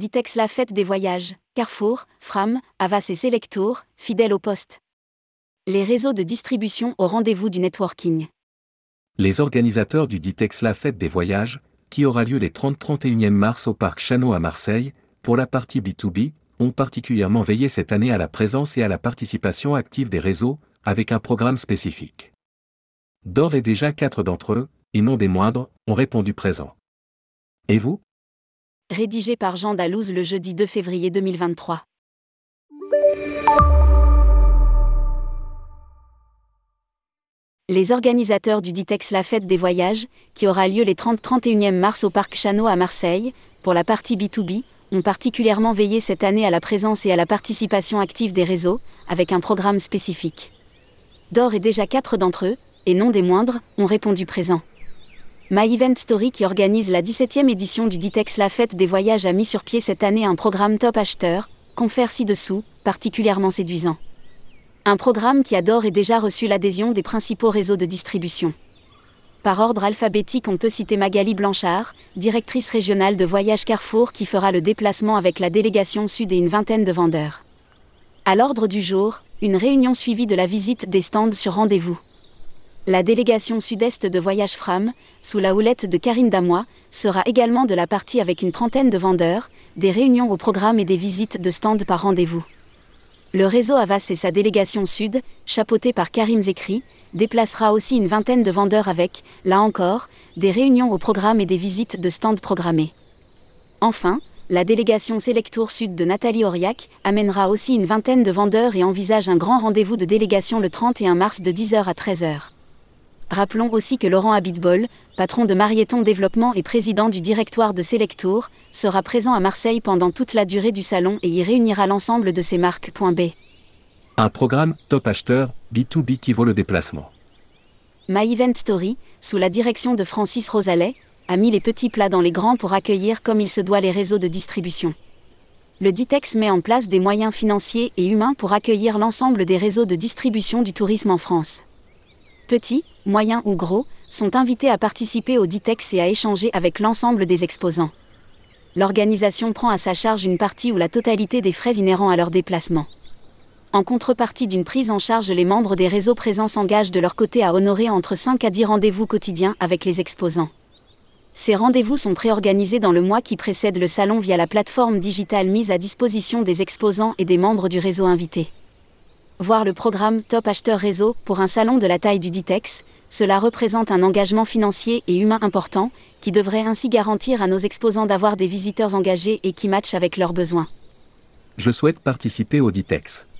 Ditex la fête des voyages, Carrefour, Fram, Havas et Selectour, fidèles au poste. Les réseaux de distribution au rendez-vous du networking. Les organisateurs du Ditex la fête des voyages, qui aura lieu les 30-31 mars au parc Chano à Marseille, pour la partie B2B, ont particulièrement veillé cette année à la présence et à la participation active des réseaux, avec un programme spécifique. D'ores et déjà 4 d'entre eux, et non des moindres, ont répondu présent. Et vous ? Rédigé par Jean Dalouse le jeudi 2 février 2023. Les organisateurs du Ditex la fête des voyages, qui aura lieu les 30-31 mars au parc Chano à Marseille, pour la partie B2B, ont particulièrement veillé cette année à la présence et à la participation active des réseaux, avec un programme spécifique. D'ores et déjà 4 d'entre eux, et non des moindres, ont répondu présent. My Event Story, qui organise la 17e édition du Ditex la fête des voyages, a mis sur pied cette année un programme top acheteur, confère ci-dessous, particulièrement séduisant. Un programme qui a d'ores et déjà reçu l'adhésion des principaux réseaux de distribution. Par ordre alphabétique, on peut citer Magali Blanchard, directrice régionale de voyage Carrefour, qui fera le déplacement avec la délégation Sud et une vingtaine de vendeurs. À l'ordre du jour, une réunion suivie de la visite des stands sur rendez-vous. La délégation sud-est de Voyage Fram, sous la houlette de Karine Damois, sera également de la partie avec une trentaine de vendeurs, des réunions au programme et des visites de stands par rendez-vous. Le réseau Havas et sa délégation sud, chapeautée par Karim Zekri, déplacera aussi une vingtaine de vendeurs avec, là encore, des réunions au programme et des visites de stands programmées. Enfin, la délégation Selectour Sud de Nathalie Auriac amènera aussi une vingtaine de vendeurs et envisage un grand rendez-vous de délégation le 31 mars de 10h à 13h. Rappelons aussi que Laurent Abitbol, patron de Marieton Développement et président du directoire de Selectour, sera présent à Marseille pendant toute la durée du salon et y réunira l'ensemble de ses marques. B. Un programme top acheteur, B2B qui vaut le déplacement. My Event Story, sous la direction de Francis Rosalet, a mis les petits plats dans les grands pour accueillir comme il se doit les réseaux de distribution. Le Ditex met en place des moyens financiers et humains pour accueillir l'ensemble des réseaux de distribution du tourisme en France. Petits, moyens ou gros, sont invités à participer au Ditex et à échanger avec l'ensemble des exposants. L'organisation prend à sa charge une partie ou la totalité des frais inhérents à leur déplacement. En contrepartie d'une prise en charge, les membres des réseaux présents s'engagent de leur côté à honorer entre 5 à 10 rendez-vous quotidiens avec les exposants. Ces rendez-vous sont préorganisés dans le mois qui précède le salon via la plateforme digitale mise à disposition des exposants et des membres du réseau invité. Voir le programme Top Acheteur Réseau pour un salon de la taille du Ditex, cela représente un engagement financier et humain important, qui devrait ainsi garantir à nos exposants d'avoir des visiteurs engagés et qui matchent avec leurs besoins. Je souhaite participer au Ditex.